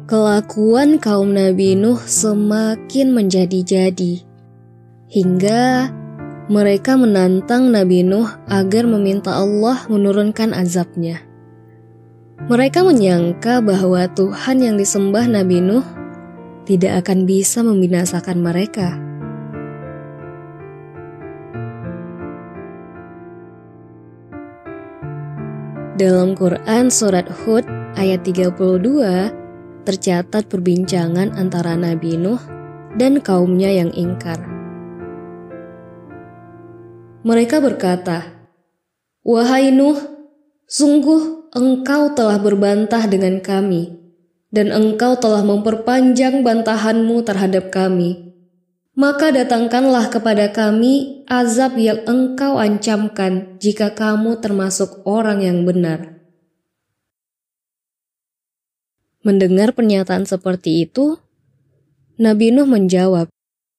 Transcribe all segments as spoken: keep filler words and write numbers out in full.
Kelakuan kaum Nabi Nuh semakin menjadi-jadi, hingga mereka menantang Nabi Nuh agar meminta Allah menurunkan azabnya. Mereka menyangka bahwa Tuhan yang disembah Nabi Nuh tidak akan bisa membinasakan mereka. Dalam Quran Surat Hud ayat tiga puluh dua, tercatat perbincangan antara Nabi Nuh dan kaumnya yang ingkar. Mereka berkata, "Wahai Nuh, sungguh engkau telah berbantah dengan kami, dan engkau telah memperpanjang bantahanmu terhadap kami. Maka datangkanlah kepada kami azab yang engkau ancamkan jika kamu termasuk orang yang benar." Mendengar pernyataan seperti itu, Nabi Nuh menjawab,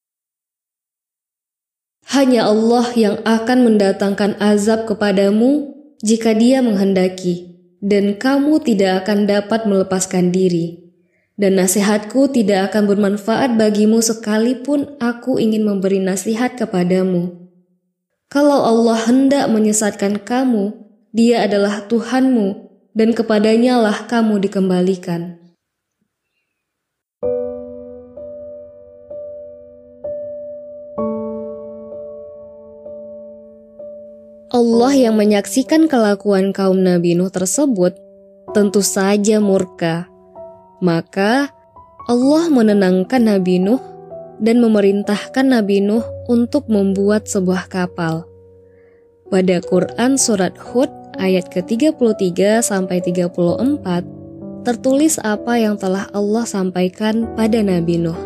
"Hanya Allah yang akan mendatangkan azab kepadamu jika Dia menghendaki, dan kamu tidak akan dapat melepaskan diri. Dan nasihatku tidak akan bermanfaat bagimu sekalipun aku ingin memberi nasihat kepadamu. Kalau Allah hendak menyesatkan kamu, Dia adalah Tuhanmu, dan kepadanya lah kamu dikembalikan." Allah yang menyaksikan kelakuan kaum Nabi Nuh tersebut tentu saja murka. Maka Allah menenangkan Nabi Nuh dan memerintahkan Nabi Nuh untuk membuat sebuah kapal. Pada Quran Surat Hud ayat ke tiga puluh tiga sampai tiga puluh empat tertulis apa yang telah Allah sampaikan pada Nabi Nuh.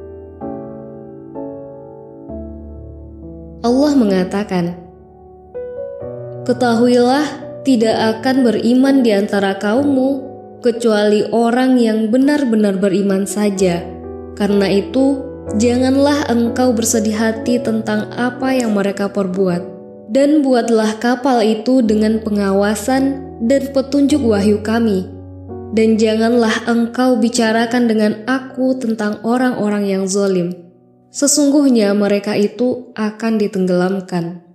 Allah mengatakan, "Ketahuilah, tidak akan beriman di antara kaummu kecuali orang yang benar-benar beriman saja. Karena itu, janganlah engkau bersedih hati tentang apa yang mereka perbuat, dan buatlah kapal itu dengan pengawasan dan petunjuk wahyu kami. Dan janganlah engkau bicarakan dengan aku tentang orang-orang yang zalim. Sesungguhnya mereka itu akan ditenggelamkan."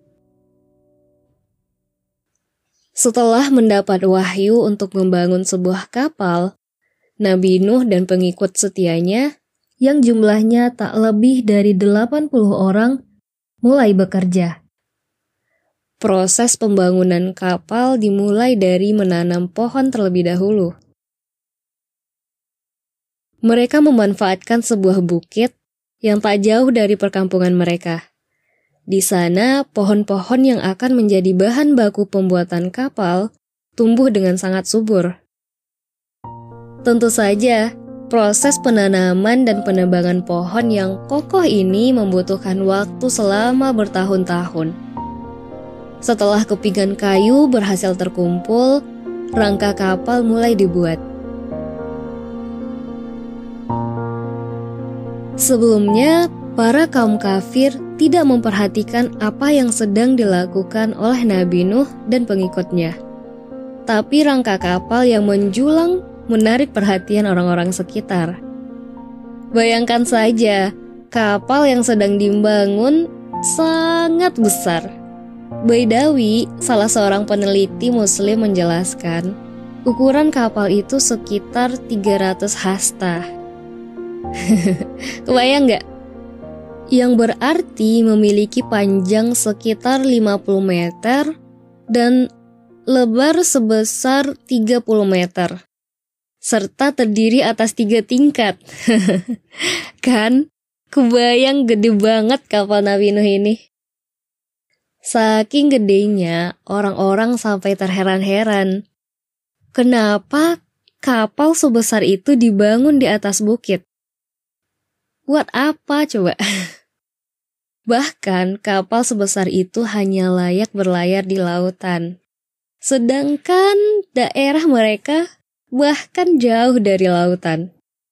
Setelah mendapat wahyu untuk membangun sebuah kapal, Nabi Nuh dan pengikut setianya yang jumlahnya tak lebih dari delapan puluh orang mulai bekerja. Proses pembangunan kapal dimulai dari menanam pohon terlebih dahulu. Mereka memanfaatkan sebuah bukit yang tak jauh dari perkampungan mereka. Di sana, pohon-pohon yang akan menjadi bahan baku pembuatan kapal tumbuh dengan sangat subur. Tentu saja, proses penanaman dan penebangan pohon yang kokoh ini membutuhkan waktu selama bertahun-tahun. Setelah kepingan kayu berhasil terkumpul, rangka kapal mulai dibuat. Sebelumnya, para kaum kafir tidak memperhatikan apa yang sedang dilakukan oleh Nabi Nuh dan pengikutnya. Tapi rangka kapal yang menjulang menarik perhatian orang-orang sekitar. Bayangkan saja, kapal yang sedang dibangun sangat besar. Baidawi, salah seorang peneliti Muslim menjelaskan, ukuran kapal itu sekitar tiga ratus hasta. Kebayang nggak? Yang berarti memiliki panjang sekitar lima puluh meter dan lebar sebesar tiga puluh meter, serta terdiri atas tiga tingkat. Kan? Kebayang gede banget kapal Nabi Nuh ini. Saking gedenya, orang-orang sampai terheran-heran. Kenapa kapal sebesar itu dibangun di atas bukit? Buat apa coba? Bahkan kapal sebesar itu hanya layak berlayar di lautan. Sedangkan daerah mereka bahkan jauh dari lautan.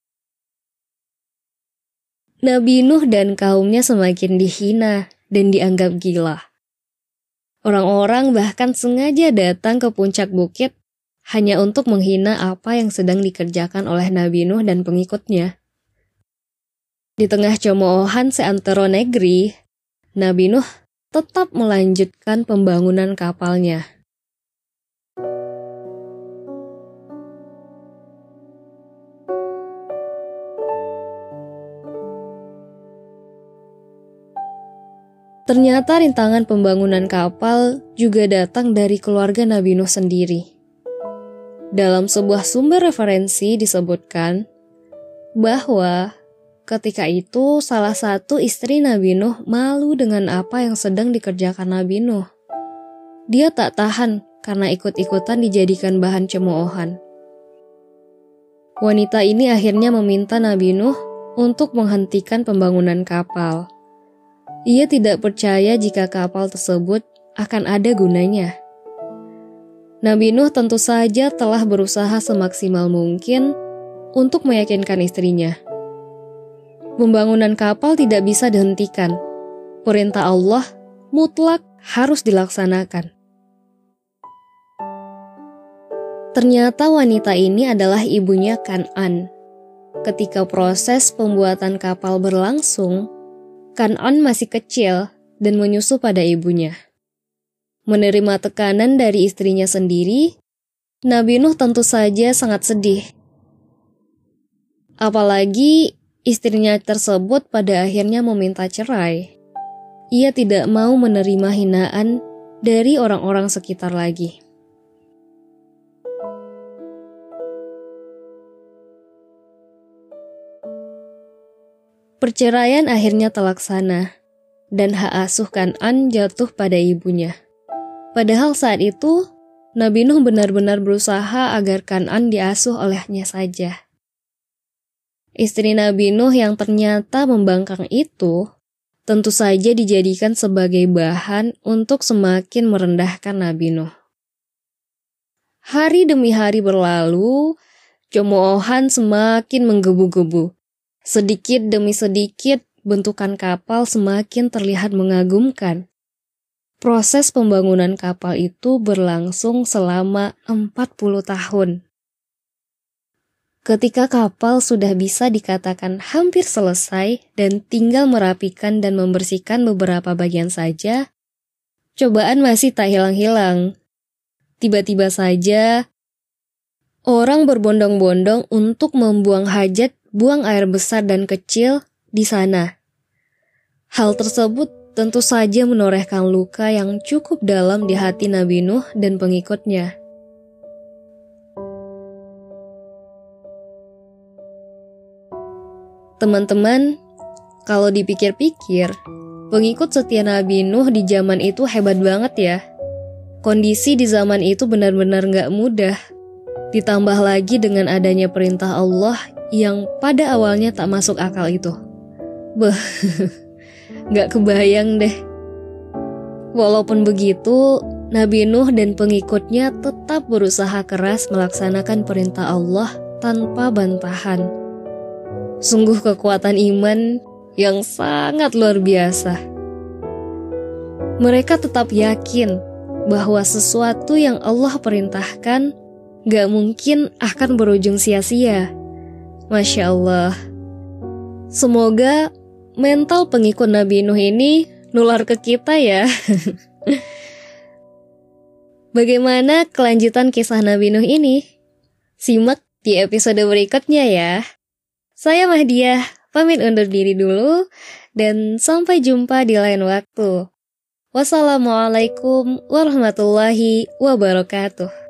Nabi Nuh dan kaumnya semakin dihina dan dianggap gila. Orang-orang bahkan sengaja datang ke puncak bukit hanya untuk menghina apa yang sedang dikerjakan oleh Nabi Nuh dan pengikutnya. Di tengah cemoohan seantero negeri, Nabi Nuh tetap melanjutkan pembangunan kapalnya. Ternyata rintangan pembangunan kapal juga datang dari keluarga Nabi Nuh sendiri. Dalam sebuah sumber referensi disebutkan bahwa ketika itu salah satu istri Nabi Nuh malu dengan apa yang sedang dikerjakan Nabi Nuh. Dia tak tahan karena ikut-ikutan dijadikan bahan cemoohan. Wanita ini akhirnya meminta Nabi Nuh untuk menghentikan pembangunan kapal. Ia tidak percaya jika kapal tersebut akan ada gunanya. Nabi Nuh tentu saja telah berusaha semaksimal mungkin untuk meyakinkan istrinya. Pembangunan kapal tidak bisa dihentikan. Perintah Allah mutlak harus dilaksanakan. Ternyata wanita ini adalah ibunya Kan'an. Ketika proses pembuatan kapal berlangsung, Kan'an masih kecil dan menyusu pada ibunya. Menerima tekanan dari istrinya sendiri, Nabi Nuh tentu saja sangat sedih. Apalagi istrinya tersebut pada akhirnya meminta cerai. Ia tidak mau menerima hinaan dari orang-orang sekitar lagi. Perceraian akhirnya terlaksana, dan hak asuh Kan'an jatuh pada ibunya. Padahal saat itu, Nabi Nuh benar-benar berusaha agar Kan'an diasuh olehnya saja. Istri Nabi Nuh yang ternyata membangkang itu, tentu saja dijadikan sebagai bahan untuk semakin merendahkan Nabi Nuh. Hari demi hari berlalu, cemoohan semakin menggebu-gebu. Sedikit demi sedikit, bentukan kapal semakin terlihat mengagumkan. Proses pembangunan kapal itu berlangsung selama empat puluh tahun. Ketika kapal sudah bisa dikatakan hampir selesai dan tinggal merapikan dan membersihkan beberapa bagian saja, cobaan masih tak hilang-hilang. Tiba-tiba saja, orang berbondong-bondong untuk membuang hajat, buang air besar dan kecil di sana. Hal tersebut tentu saja menorehkan luka yang cukup dalam di hati Nabi Nuh dan pengikutnya. Teman-teman, kalau dipikir-pikir, pengikut setia Nabi Nuh di zaman itu hebat banget ya. Kondisi di zaman itu benar-benar gak mudah. Ditambah lagi dengan adanya perintah Allah yang pada awalnya tak masuk akal itu. Beh, gak kebayang deh. Walaupun begitu, Nabi Nuh dan pengikutnya tetap berusaha keras melaksanakan perintah Allah tanpa bantahan. Sungguh kekuatan iman yang sangat luar biasa. Mereka tetap yakin bahwa sesuatu yang Allah perintahkan gak mungkin akan berujung sia-sia. Masya Allah. Semoga mental pengikut Nabi Nuh ini nular ke kita ya. Bagaimana kelanjutan kisah Nabi Nuh ini? Simak di episode berikutnya ya. Saya Mahdiah, pamit undur diri dulu dan sampai jumpa di lain waktu. Wassalamualaikum warahmatullahi wabarakatuh.